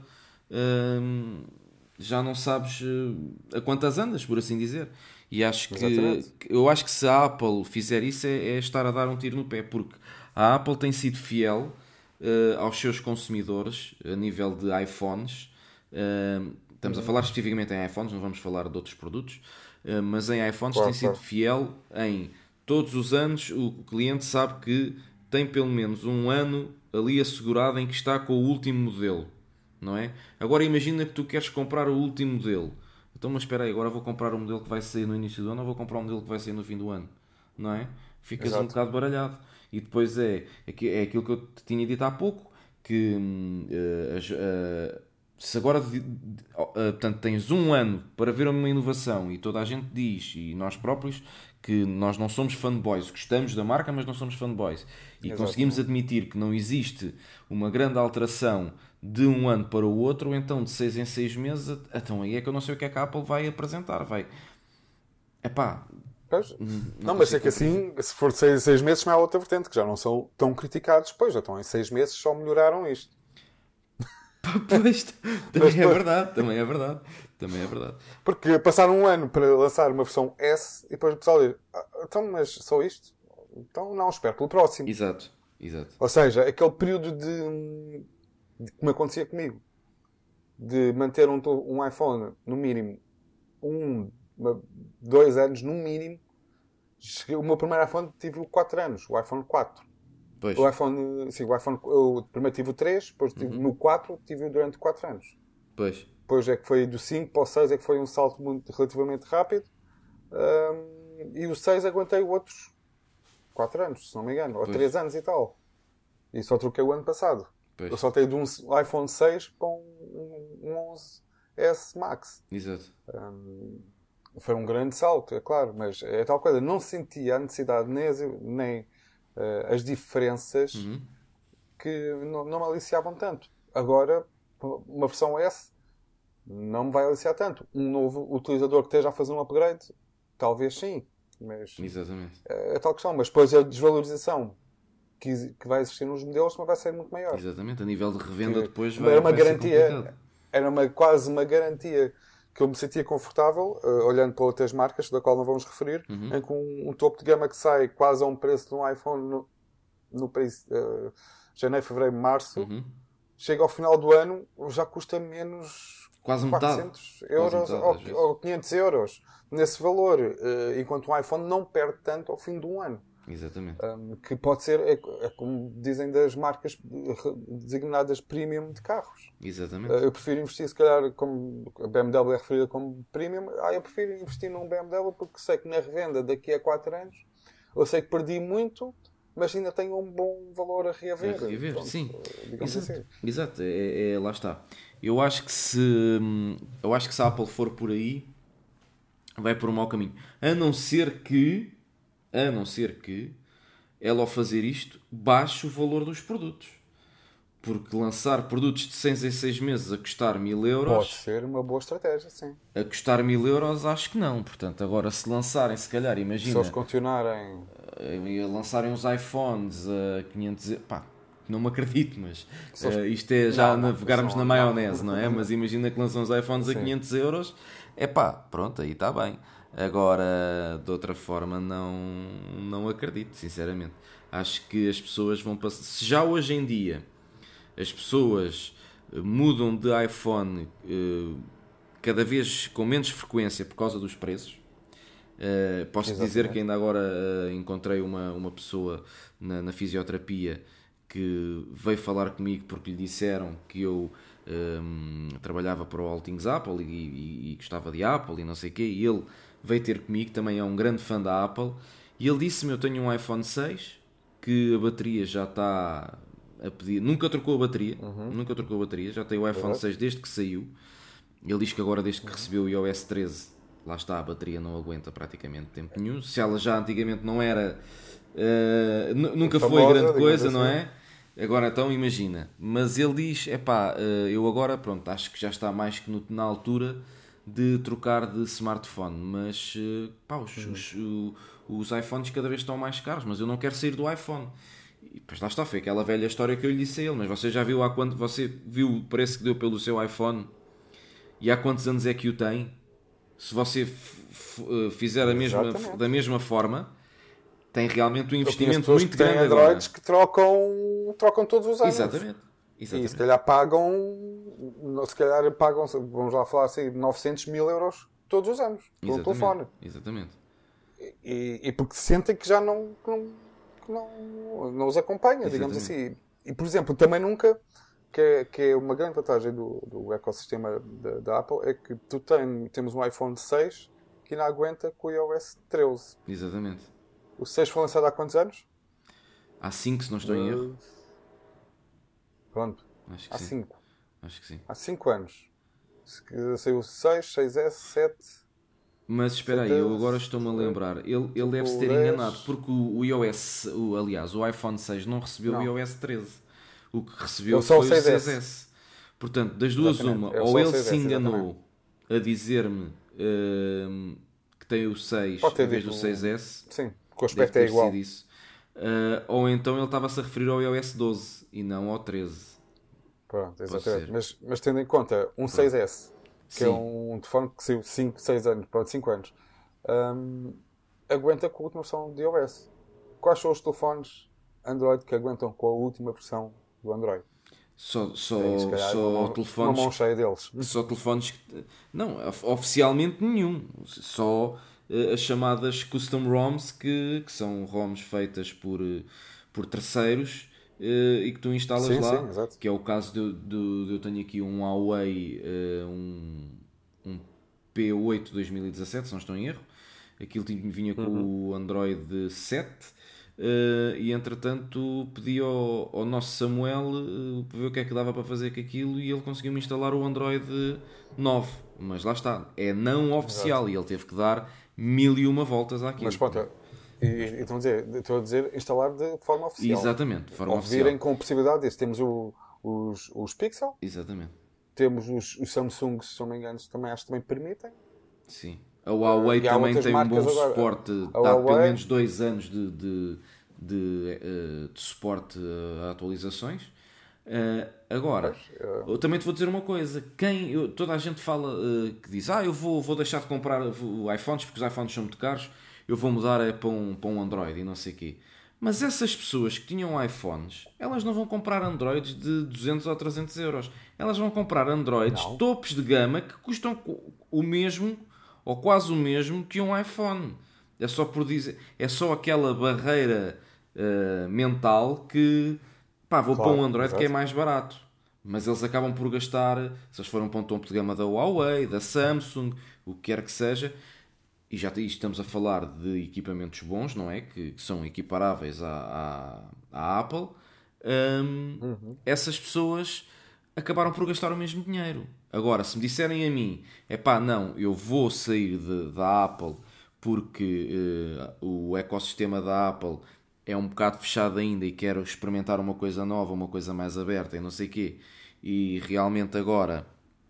uh, já não sabes uh, a quantas andas, por assim dizer. E acho que eu acho que se a Apple fizer isso é, é estar a dar um tiro no pé, porque a Apple tem sido fiel uh, aos seus consumidores a nível de iPhones. Uh, estamos uhum. a falar especificamente em iPhones, não vamos falar de outros produtos, uh, mas em iPhones claro, tem sido claro. fiel em todos os anos. O cliente sabe que tem pelo menos um ano ali assegurado em que está com o último modelo, não é? Agora imagina que tu queres comprar o último modelo. Então, mas espera aí, agora vou comprar um modelo que vai sair no início do ano ou vou comprar um modelo que vai sair no fim do ano? Não é? Ficas Exato. um bocado baralhado. E depois é, é aquilo que eu te tinha dito há pouco, que uh, uh, se agora uh, portanto, tens um ano para ver uma inovação e toda a gente diz, e nós próprios, que nós não somos fanboys, gostamos da marca, mas não somos fanboys. E Exato. conseguimos admitir que não existe uma grande alteração de um ano para o outro, ou então de seis em seis meses, então aí é que eu não sei o que é que a Apple vai apresentar. Vai... Epá... Pois. Não, não mas é que assim, se for de seis em seis meses, não há outra vertente, que já não são tão criticados. Pois, então em seis meses só melhoraram isto. Pois, também mas, é verdade, também é verdade. Também é verdade. Porque passaram um ano para lançar uma versão S e depois o pessoal diz, ah, então, mas só isto? Então não, espero pelo próximo. Exato, exato. Ou seja, aquele período de, de como acontecia comigo, de manter um, um iPhone no mínimo um, uma, dois anos no mínimo. O meu primeiro iPhone tive quatro anos, o iPhone quatro. Pois. O iPhone, sim, o iPhone, eu primeiro tive o três, depois tive, uhum. no quatro tive durante quatro anos. Pois. Depois é que foi do cinco para o seis, é que foi um salto muito, relativamente rápido. Um, e o seis aguentei outros quatro anos, se não me engano, pois. ou três anos e tal. E só troquei o ano passado. Pois. Eu saltei de um iPhone seis para um, um onze S Max. Exato. Um, foi um grande salto, é claro, mas é tal coisa. Não sentia a necessidade nem, nem uh, as diferenças uhum. que não, não me aliciavam tanto. Agora, uma versão S não me vai aliciar tanto. Um novo utilizador que esteja a fazer um upgrade, talvez sim. Mas Exatamente. É, é tal questão. Mas depois a desvalorização que, que vai existir nos modelos vai ser muito maior. Exatamente. A nível de revenda que, depois vai, era uma vai garantia, ser complicado. Era uma, quase uma garantia que eu me sentia confortável, uh, olhando para outras marcas, da qual não vamos referir, uhum. em que um, um topo de gama que sai quase a um preço de um iPhone no, no preço, uh, janeiro, fevereiro, março, uhum. chega ao final do ano, já custa menos quase quatrocentos metade. euros Quase metade, ou, ou quinhentos euros nesse valor, uh, enquanto um iPhone não perde tanto ao fim de um ano. Exatamente. Um, que pode ser, é, é como dizem das marcas designadas premium de carros. Exatamente. Uh, eu prefiro investir, se calhar, como a B M W é referida como premium, ah, eu prefiro investir num B M W porque sei que na revenda daqui a quatro anos eu sei que perdi muito, mas ainda tem um bom valor a reaver. A reaver, Pronto, sim. digamos Exato, assim. exato. É, é- lá está. Eu acho que se eu acho que se a Apple for por aí, vai por um mau caminho. A não ser que, a não ser que ela ao fazer isto baixe o valor dos produtos. Porque lançar produtos de seis em seis meses a custar mil euros, Pode ser uma boa estratégia, sim. a custar mil euros, acho que não. Portanto, agora se lançarem, se calhar, Se imagina, eles continuarem. eh, lançarem uns iPhones a quinhentos euros, pá, não me acredito, mas Se eles- eh, isto é já Não, não, navegarmos isso na não- maionese, não é? Mas imagina que lançam uns iPhones a Sim. quinhentos euros, é pá, pronto, aí está bem. Agora, de outra forma, não, não acredito, sinceramente. Acho que as pessoas vão passar. Se já hoje em dia as pessoas eh, mudam de iPhone eh, cada vez com menos frequência por causa dos preços. Uh, posso Exatamente. dizer que ainda agora uh, encontrei uma, uma pessoa na, na fisioterapia que veio falar comigo porque lhe disseram que eu um, trabalhava para o All Things Apple e, e, e gostava de Apple e não sei o quê, e ele veio ter comigo, também é um grande fã da Apple, e ele disse-me: eu tenho um iPhone seis que a bateria já está a pedir, nunca trocou a bateria, Uhum. nunca trocou a bateria, já tem o iPhone Exato. seis desde que saiu. Ele diz que agora, desde que recebeu o iOS treze, lá está, a bateria não aguenta praticamente tempo nenhum. Se ela já antigamente não era, uh, n- nunca foi Famosa, grande digamos coisa, não assim. é? Agora então imagina. Mas ele diz: epá, uh, eu agora, pronto, acho que já está mais que no- na altura de trocar de smartphone. Mas, uh, pá, os, os, o- os iPhones cada vez estão mais caros, mas eu não quero sair do iPhone. E depois lá está, foi aquela velha história que eu lhe disse a ele. Mas você já viu há quanto, você viu o preço que deu pelo seu iPhone? E há quantos anos é que o tem? Se você f- f- fizer a mesma, Exatamente. da mesma forma, tem realmente um Eu conheço investimento pessoas muito que têm grande agora. Androids que trocam, trocam todos os anos. Exatamente. E Exatamente. se calhar pagam, se calhar pagam, vamos lá falar assim, novecentos mil euros todos os anos por um telefone. Exatamente. E, e porque sentem que já não, que não, que não, não os acompanha, digamos Exatamente. assim. E, por exemplo, também nunca, que é, que é uma grande vantagem do, do ecossistema da, da Apple, é que tu tem, temos um iPhone seis que ainda aguenta com o iOS treze. Exatamente. O seis foi lançado há quantos anos? Há cinco, se não estou em erro. Pronto, Acho que há sim. cinco. Acho que sim. Há cinco anos. Se- Saiu o seis, seis S, sete... Mas espera aí, eu agora estou-me a lembrar. Ele, ele deve-se ter dez. enganado, porque o, o iOS, o, aliás, o iPhone seis não recebeu Não. o iOS treze. O que recebeu É só o foi o seis S. seis S. Portanto, das duas, Exatamente. uma, É ou só o ele seis se S, enganou a dizer-me hum, que tem o seis Pode ter em vez do dito seis S, Sim, porque o deve aspecto é ter igual. sido isso. Uh, ou então ele estava-se a referir ao iOS doze e não ao treze. Pronto, ser. exatamente. Mas, mas tendo em conta um seis S, que é Sim. um telefone que saiu cinco, seis anos, pronto, cinco anos, hum, aguenta com a última versão de iOS. Quais são os telefones Android que aguentam com a última versão do Android? Só, só, Tem, se calhar, só uma, mão, telefones. uma mão cheia deles. Só telefones que. Não, of- oficialmente nenhum. Só eh, as chamadas custom ROMs, que, que são ROMs feitas por, eh, por terceiros eh, e que tu instalas Sim, lá. sim, exato. Que é o caso de, de, de eu tenho aqui um Huawei, eh, um, um P oito dois mil e dezassete, se não estou em erro. Aquilo tinha- vinha com Uhum. o Android sete. Uh, e entretanto pedi ao, ao nosso Samuel uh, para ver o que é que dava para fazer com aquilo e ele conseguiu-me instalar o Android nove, mas lá está, é não oficial. Exato. E ele teve que dar mil e uma voltas àquilo. Mas pronto, e, e estão a dizer, estou a dizer instalar de forma oficial. Exatamente, de forma Ou oficial. virem com possibilidade disso. Temos o, os, os Pixel, Exatamente. temos os, os Samsung, se não me engano, também acho que também permitem. Sim. A Huawei E há também outras tem um bom marcas agora. suporte, A está pelo Huawei- menos dois anos de, de, de, eh, de suporte a atualizações. Eh, agora, Pois, eh, eu também te vou dizer uma coisa: quem, eu- toda a gente fala eh, que diz, ah, eu vou, vou deixar de comprar o- iPhones porque os iPhones são muito caros, eu vou mudar é, para, um, para um Android e não sei o quê. Mas essas pessoas que tinham iPhones, elas não vão comprar Androids de duzentos ou trezentos euros. Elas vão comprar Androids Não. topos de gama que custam co- o mesmo ou quase o mesmo que um iPhone. É só por dizer, é só aquela barreira eh, mental que pá, vou Claro, para um Android exato. que é mais barato. Mas eles acabam por gastar, se eles forem para um topo de gama da Huawei, da Samsung, o que quer que seja, e já estamos a falar de equipamentos bons, não é? Que, que são equiparáveis à, à, à Apple, um, uhum. essas pessoas acabaram por gastar o mesmo dinheiro. Agora, se me disserem a mim, epá, não, eu vou sair de, da Apple porque uh, o ecossistema da Apple é um bocado fechado ainda e quero experimentar uma coisa nova, uma coisa mais aberta e não sei o quê, e realmente agora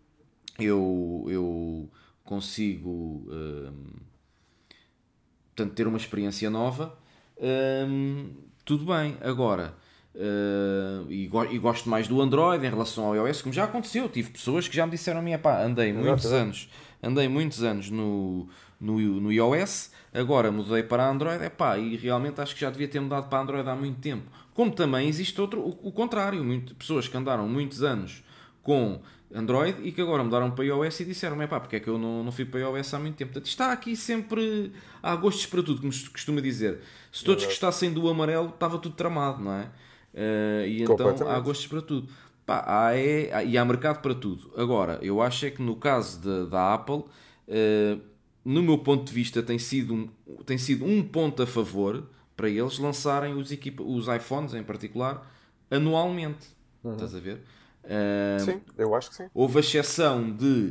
eu, eu consigo um, portanto, ter uma experiência nova, um, tudo bem. Agora, uh, e, go- e gosto mais do Android em relação ao iOS, como já aconteceu. Tive pessoas que já me disseram a mim, epá, andei muitos Exato. anos, andei muitos anos no, no, no iOS, agora mudei para Android, epá, e realmente acho que já devia ter mudado para Android há muito tempo. Como também existe outro, o, o contrário, muito, pessoas que andaram muitos anos com Android e que agora mudaram para iOS e disseram-me, pá, porque é que eu não, não fui para iOS há muito tempo. Portanto, está aqui sempre, há gostos para tudo, como se costuma dizer. Se todos Exato. gostassem do amarelo, estava tudo tramado, não é? Uh, e então há gostos para tudo. Pá, há, é, há, e há mercado para tudo. Agora, eu acho é que no caso de, da Apple, uh, no meu ponto de vista, tem sido, um, tem sido um ponto a favor para eles lançarem os, equipa, os iPhones, em particular, anualmente. Uhum. Estás a ver? Uh, sim, eu acho que sim. Houve a exceção de,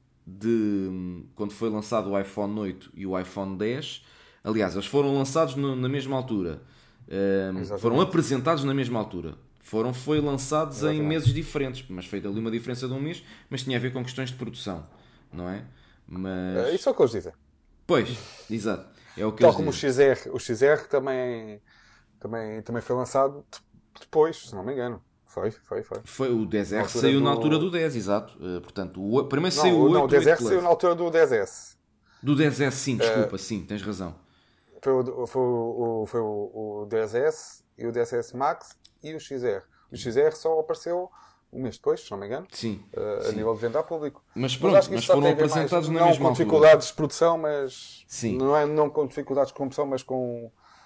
de quando foi lançado o iPhone oito e o iPhone dez. Aliás, eles foram lançados no, na mesma altura. Uh, foram apresentados na mesma altura. Foram, foi lançados Exatamente. Em meses diferentes, mas foi ali uma diferença de um mês, mas tinha a ver com questões de produção, não é? Mas... É, isso é o que eles dizem. Pois, exato. É o que Tal eles como dizem. o X R. O X R também, também, também foi lançado depois, se não me engano. Foi, foi, foi. Foi o dez R saiu do... na altura do dez, exato. Uh, portanto, o... primeiro não, saiu o oito. Não, o dez R Plus. saiu na altura do dez S. Do dez S, sim, desculpa, uh, sim, tens razão. Foi o, foi, o, foi o, o dez S e o dez S Max e o X R. O X R só apareceu um mês depois, se não me engano, sim, uh, sim. a nível de venda a público. Mas pronto, mas, mas foram apresentados mais, na não mesma com altura. dificuldades de produção, mas sim. não é não com dificuldades de produção, mas com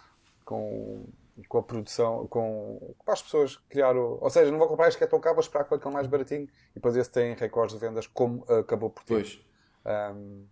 com com a produção, com para as pessoas criar o... Ou seja, não vou comprar este que é tão caro, vou esperar com aquele mais baratinho e depois esse tem recordes de vendas, como uh, acabou por ter. Pois. Um,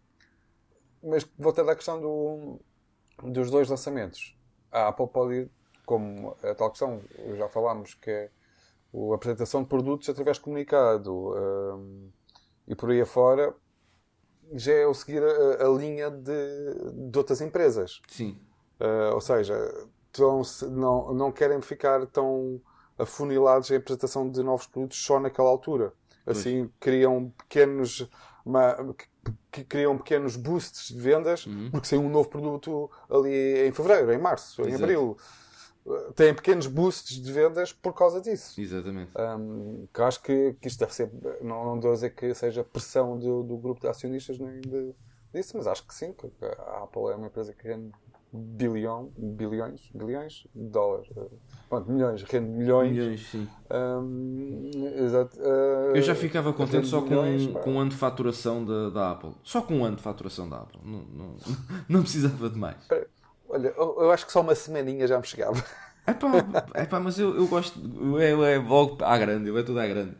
mas voltando à questão do, dos dois lançamentos, a Apple pode ir, como a tal questão, já falámos, que é a apresentação de produtos através de comunicado um, e por aí afora, já é o seguir a, a linha de, de outras empresas. Sim. Uh, ou seja, tão, não, não querem ficar tão afunilados em apresentação de novos produtos só naquela altura. Assim, pois. criam pequenos... Uma, que criam pequenos boosts de vendas, uhum. porque saiu um novo produto ali em fevereiro, em março, Exato. Em abril. Têm pequenos boosts de vendas por causa disso. Exatamente. Um, que acho que, que isto deve ser, não, não devo dizer que seja pressão do, do grupo de acionistas nem de, disso, mas acho que sim, porque a Apple é uma empresa que rende bilhão, bilhões, bilhões de dólares. Pronto, milhões, rende milhões. Milhões, sim. Um, exato, uh, Eu já ficava contente só milhões, com, com um ano de faturação da, da Apple. Só com um ano de faturação da Apple. Não, não, não precisava de mais. Olha, eu, eu acho que só uma semaninha já me chegava. É pá, é pá, mas eu, eu gosto. Eu é logo à grande, eu é tudo à grande.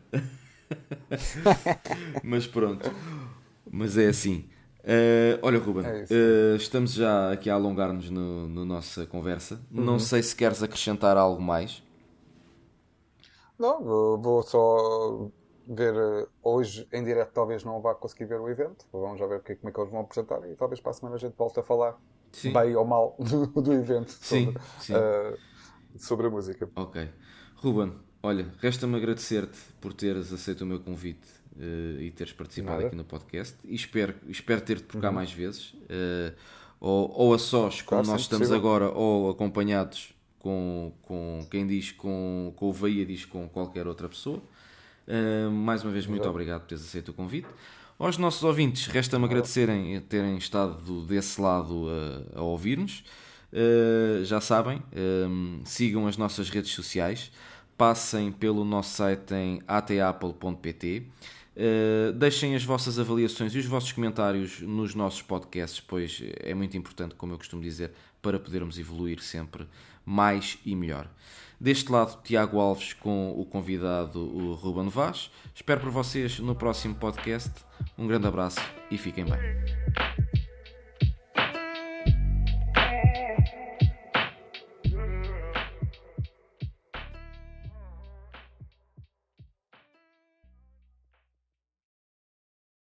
Mas pronto. Mas é assim. Uh, olha, Ruben, é uh, estamos já aqui a alongar-nos na no, no nossa conversa. Uhum. Não sei se queres acrescentar algo mais. Não, vou, vou só ver hoje em direto. Talvez não vá conseguir ver o evento. Vamos já ver como é que eles vão apresentar e talvez para a semana a gente volte a falar sim. bem ou mal do, do evento sim, sobre, sim. Uh, sobre a música. Ok. Ruben, olha, resta-me agradecer-te por teres aceito o meu convite uh, e teres participado Nada. Aqui no podcast e espero, espero ter-te por cá uhum. mais vezes uh, ou, ou a sós, como claro, nós estamos possível. Agora, ou acompanhados com, com quem diz com, com o Veia, diz com qualquer outra pessoa. Uh, mais uma vez, muito Exato. Obrigado por teres aceito o convite. Aos nossos ouvintes, resta-me agradecerem terem estado desse lado a, a ouvir-nos. Uh, já sabem, um, sigam as nossas redes sociais, passem pelo nosso site em a t apple ponto p t, uh, deixem as vossas avaliações e os vossos comentários nos nossos podcasts, pois é muito importante, como eu costumo dizer, para podermos evoluir sempre mais e melhor. Deste lado, Tiago Alves com o convidado o Ruben Vaz. Espero por vocês no próximo podcast. Um grande abraço e fiquem bem.